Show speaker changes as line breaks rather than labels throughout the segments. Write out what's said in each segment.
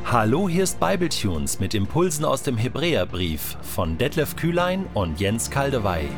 Hallo, hier ist Bibletunes mit Impulsen aus dem Hebräerbrief von Detlef Kühlein und Jens Kaldewey.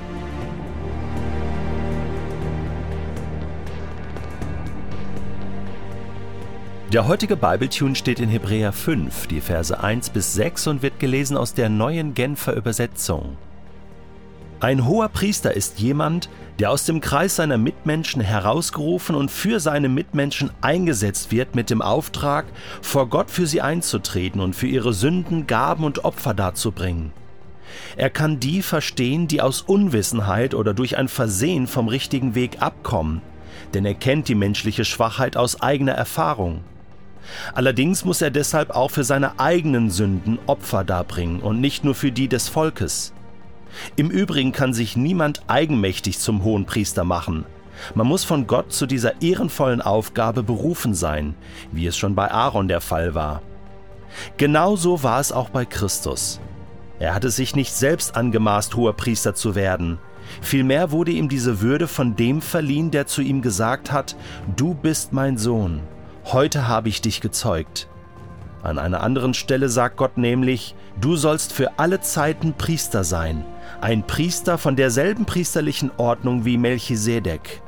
Der heutige Bibletune steht in Hebräer 5, die Verse 1 bis 6 und wird gelesen aus der neuen Genfer Übersetzung. Ein hoher Priester ist jemand, der aus dem Kreis seiner Mitmenschen herausgerufen und für seine Mitmenschen eingesetzt wird mit dem Auftrag, vor Gott für sie einzutreten und für ihre Sünden Gaben und Opfer darzubringen. Er kann die verstehen, die aus Unwissenheit oder durch ein Versehen vom richtigen Weg abkommen, denn er kennt die menschliche Schwachheit aus eigener Erfahrung. Allerdings muss er deshalb auch für seine eigenen Sünden Opfer darbringen und nicht nur für die des Volkes. Im Übrigen kann sich niemand eigenmächtig zum Hohenpriester machen. Man muss von Gott zu dieser ehrenvollen Aufgabe berufen sein, wie es schon bei Aaron der Fall war. Genauso war es auch bei Christus. Er hatte sich nicht selbst angemaßt, Hoherpriester zu werden. Vielmehr wurde ihm diese Würde von dem verliehen, der zu ihm gesagt hat: „Du bist mein Sohn, heute habe ich dich gezeugt." An einer anderen Stelle sagt Gott nämlich: „Du sollst für alle Zeiten Priester sein, ein Priester von derselben priesterlichen Ordnung wie Melchisedek."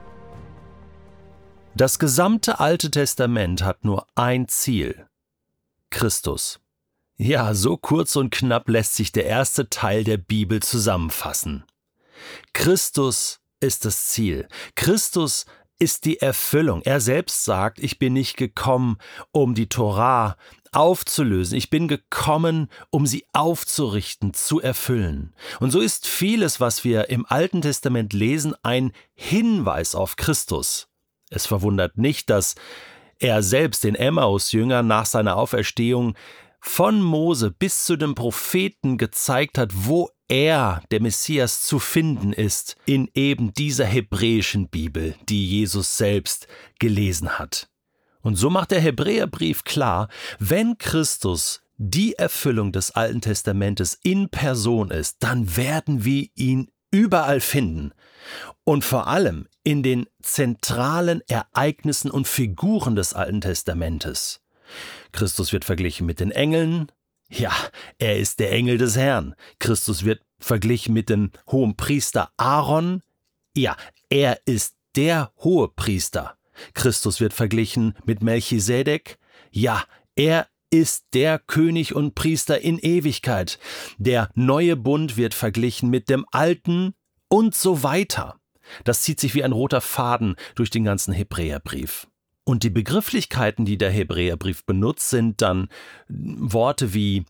Das gesamte Alte Testament hat nur ein Ziel: Christus. Ja, so kurz und knapp lässt sich der erste Teil der Bibel zusammenfassen. Christus ist das Ziel. Christus ist die Erfüllung. Er selbst sagt: „Ich bin nicht gekommen, um die Torah aufzulösen. Ich bin gekommen, um sie aufzurichten, zu erfüllen." Und so ist vieles, was wir im Alten Testament lesen, ein Hinweis auf Christus. Es verwundert nicht, dass er selbst den Emmaus-Jüngern nach seiner Auferstehung von Mose bis zu den Propheten gezeigt hat, wo er, der Messias, zu finden ist, in eben dieser hebräischen Bibel, die Jesus selbst gelesen hat. Und so macht der Hebräerbrief klar: wenn Christus die Erfüllung des Alten Testamentes in Person ist, dann werden wir ihn überall finden. Und vor allem in den zentralen Ereignissen und Figuren des Alten Testamentes. Christus wird verglichen mit den Engeln. Ja, er ist der Engel des Herrn. Christus wird verglichen mit dem Hohenpriester Aaron. Ja, er ist der Hohepriester. Christus wird verglichen mit Melchisedek. Ja, er ist der König und Priester in Ewigkeit. Der neue Bund wird verglichen mit dem alten und so weiter. Das zieht sich wie ein roter Faden durch den ganzen Hebräerbrief. Und die Begrifflichkeiten, die der Hebräerbrief benutzt, sind dann Worte wie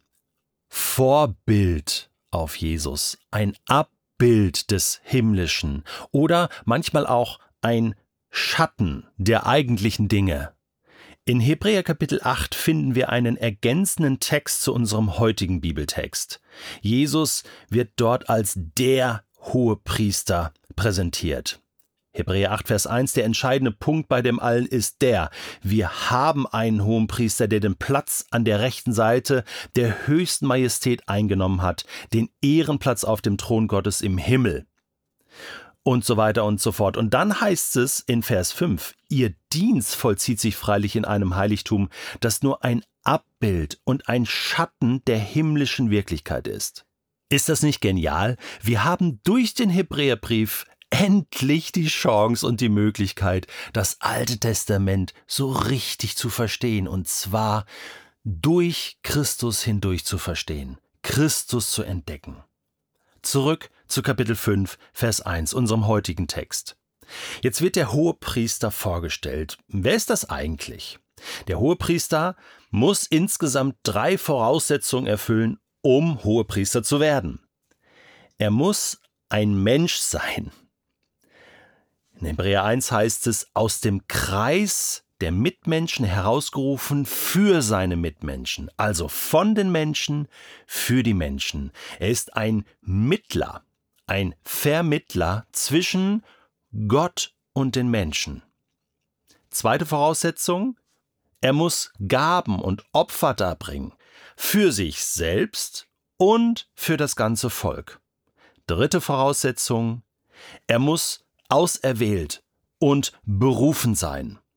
Vorbild auf Jesus, ein Abbild des Himmlischen oder manchmal auch ein Schatten der eigentlichen Dinge. In Hebräer Kapitel 8 finden wir einen ergänzenden Text zu unserem heutigen Bibeltext. Jesus wird dort als der Hohepriester präsentiert. Hebräer 8, Vers 1, der entscheidende Punkt bei dem allen ist wir haben einen Hohenpriester, der den Platz an der rechten Seite der höchsten Majestät eingenommen hat, den Ehrenplatz auf dem Thron Gottes im Himmel. Und so weiter und so fort. Und dann heißt es in Vers 5, ihr Dienst vollzieht sich freilich in einem Heiligtum, das nur ein Abbild und ein Schatten der himmlischen Wirklichkeit ist. Ist das nicht genial? Wir haben durch den Hebräerbrief endlich die Chance und die Möglichkeit, das Alte Testament so richtig zu verstehen, und zwar durch Christus hindurch zu verstehen, Christus zu entdecken. Zurück zu Kapitel 5, Vers 1, unserem heutigen Text. Jetzt wird der Hohepriester vorgestellt. Wer ist das eigentlich? Der Hohepriester muss insgesamt 3 Voraussetzungen erfüllen, um Hohepriester zu werden. Er muss ein Mensch sein. In Hebräer 1 heißt es: aus dem Kreis der Mitmenschen herausgerufen für seine Mitmenschen, also von den Menschen für die Menschen. Er ist ein Mittler, ein Vermittler zwischen Gott und den Menschen. Zweite Voraussetzung: er muss Gaben und Opfer darbringen, für sich selbst und für das ganze Volk. Dritte Voraussetzung: er muss auserwählt und berufen sein.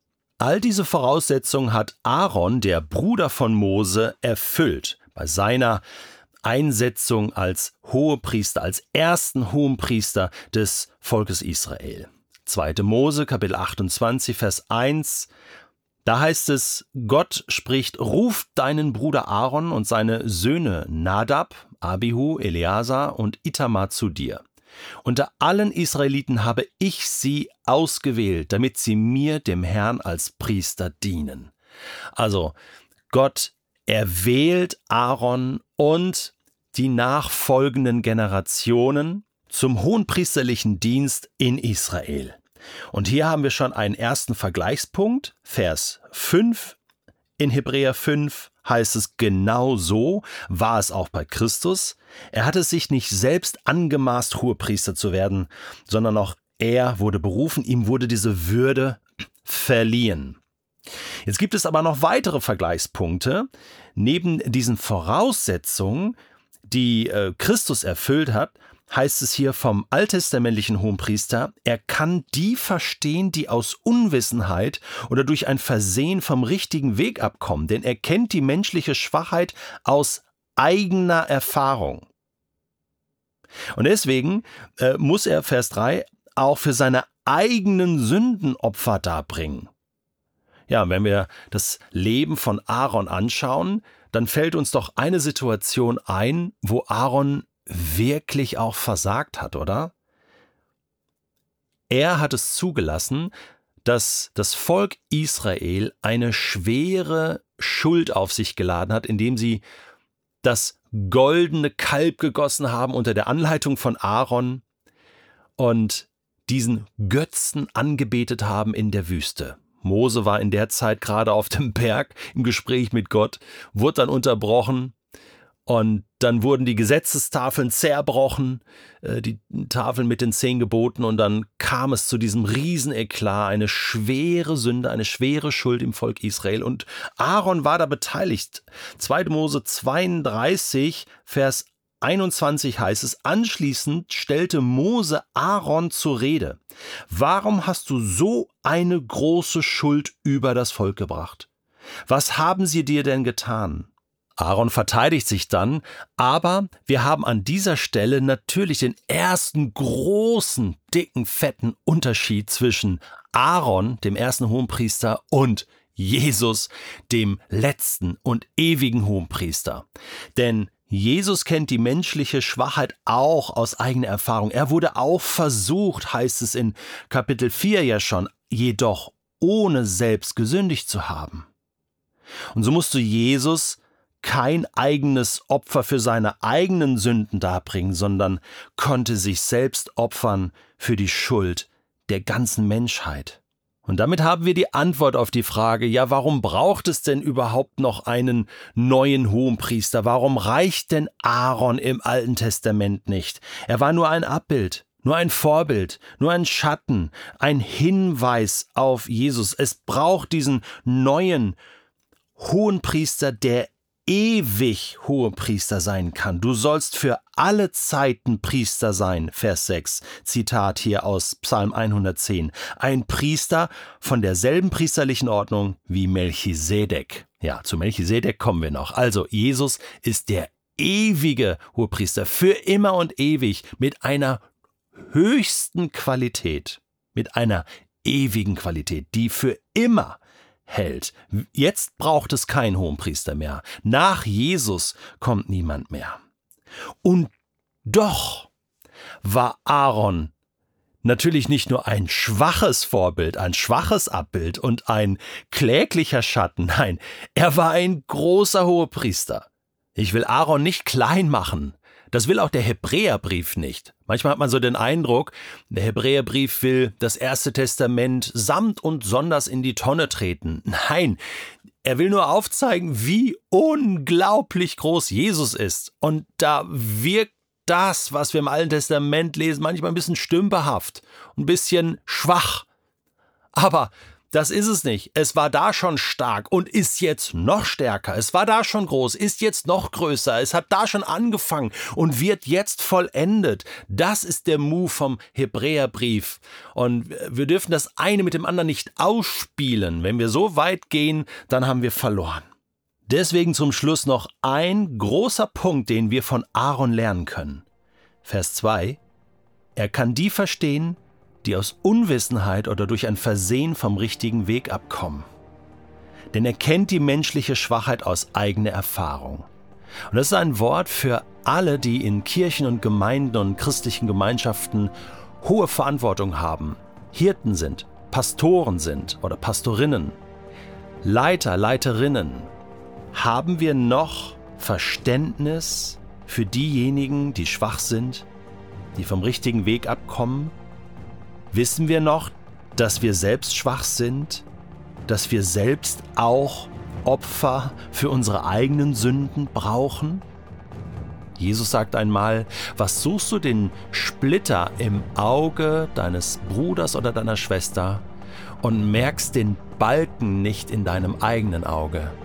All diese Voraussetzungen hat Aaron, der Bruder von Mose, erfüllt bei seiner Einsetzung als Hohepriester, als ersten Hohenpriester des Volkes Israel. 2. Mose, Kapitel 28, Vers 1, da heißt es, Gott spricht, ruft deinen Bruder Aaron und seine Söhne Nadab, Abihu, Eleazar und Itamar zu dir. Unter allen Israeliten habe ich sie ausgewählt, damit sie mir, dem Herrn, als Priester dienen. Also Gott erwählt Aaron und die nachfolgenden Generationen zum hohenpriesterlichen Dienst in Israel. Und hier haben wir schon einen ersten Vergleichspunkt, Vers 5. In Hebräer 5 heißt es, genau so war es auch bei Christus. Er hatte sich nicht selbst angemaßt, Hohepriester zu werden, sondern auch er wurde berufen, ihm wurde diese Würde verliehen. Jetzt gibt es aber noch weitere Vergleichspunkte. Neben diesen Voraussetzungen, die Christus erfüllt hat, heißt es hier vom alttestamentlichen Hohenpriester, er kann die verstehen, die aus Unwissenheit oder durch ein Versehen vom richtigen Weg abkommen, denn er kennt die menschliche Schwachheit aus eigener Erfahrung. Und deswegen muss er, Vers 3, auch für seine eigenen Sünden Opfer darbringen. Ja, wenn wir das Leben von Aaron anschauen, dann fällt uns doch eine Situation ein, wo Aaron wirklich auch versagt hat, oder? Er hat es zugelassen, dass das Volk Israel eine schwere Schuld auf sich geladen hat, indem sie das goldene Kalb gegossen haben unter der Anleitung von Aaron und diesen Götzen angebetet haben in der Wüste. Mose war in der Zeit gerade auf dem Berg im Gespräch mit Gott, wurde dann unterbrochen. Und dann wurden die Gesetzestafeln zerbrochen, die Tafeln mit den 10 Geboten, und dann kam es zu diesem Rieseneklat, eine schwere Sünde, eine schwere Schuld im Volk Israel. Und Aaron war da beteiligt. 2. Mose 32, Vers 21 heißt es, anschließend stellte Mose Aaron zur Rede. Warum hast du so eine große Schuld über das Volk gebracht? Was haben sie dir denn getan? Aaron verteidigt sich dann, aber wir haben an dieser Stelle natürlich den ersten großen, dicken, fetten Unterschied zwischen Aaron, dem ersten Hohenpriester, und Jesus, dem letzten und ewigen Hohenpriester. Denn Jesus kennt die menschliche Schwachheit auch aus eigener Erfahrung. Er wurde auch versucht, heißt es in Kapitel 4 ja schon, jedoch ohne selbst gesündigt zu haben. Und so musste Jesus kein eigenes Opfer für seine eigenen Sünden darbringen, sondern konnte sich selbst opfern für die Schuld der ganzen Menschheit. Und damit haben wir die Antwort auf die Frage, ja, warum braucht es denn überhaupt noch einen neuen Hohenpriester? Warum reicht denn Aaron im Alten Testament nicht? Er war nur ein Abbild, nur ein Vorbild, nur ein Schatten, ein Hinweis auf Jesus. Es braucht diesen neuen Hohenpriester, der ewig Hohepriester sein kann. Du sollst für alle Zeiten Priester sein, Vers 6, Zitat hier aus Psalm 110. Ein Priester von derselben priesterlichen Ordnung wie Melchisedek. Ja, zu Melchisedek kommen wir noch. Also, Jesus ist der ewige Hohepriester, für immer und ewig, mit einer höchsten Qualität, mit einer ewigen Qualität, die für immer hält. Jetzt braucht es keinen Hohenpriester mehr. Nach Jesus kommt niemand mehr. Und doch war Aaron natürlich nicht nur ein schwaches Vorbild, ein schwaches Abbild und ein kläglicher Schatten. Nein, er war ein großer Hohepriester. Ich will Aaron nicht klein machen. Das will auch der Hebräerbrief nicht. Manchmal hat man so den Eindruck, der Hebräerbrief will das Erste Testament samt und sonders in die Tonne treten. Nein, er will nur aufzeigen, wie unglaublich groß Jesus ist. Und da wirkt das, was wir im Alten Testament lesen, manchmal ein bisschen stümperhaft, ein bisschen schwach. Aber Das ist es nicht. Es war da schon stark und ist jetzt noch stärker. Es war da schon groß, ist jetzt noch größer. Es hat da schon angefangen und wird jetzt vollendet. Das ist der Move vom Hebräerbrief. Und wir dürfen das eine mit dem anderen nicht ausspielen. Wenn wir so weit gehen, dann haben wir verloren. Deswegen zum Schluss noch ein großer Punkt, den wir von Aaron lernen können. Vers 2. Er kann die verstehen, die aus Unwissenheit oder durch ein Versehen vom richtigen Weg abkommen. Denn er kennt die menschliche Schwachheit aus eigener Erfahrung. Und das ist ein Wort für alle, die in Kirchen und Gemeinden und christlichen Gemeinschaften hohe Verantwortung haben, Hirten sind, Pastoren sind oder Pastorinnen, Leiter, Leiterinnen. Haben wir noch Verständnis für diejenigen, die schwach sind, die vom richtigen Weg abkommen? Wissen wir noch, dass wir selbst schwach sind, dass wir selbst auch Opfer für unsere eigenen Sünden brauchen? Jesus sagt einmal, was suchst du den Splitter im Auge deines Bruders oder deiner Schwester und merkst den Balken nicht in deinem eigenen Auge?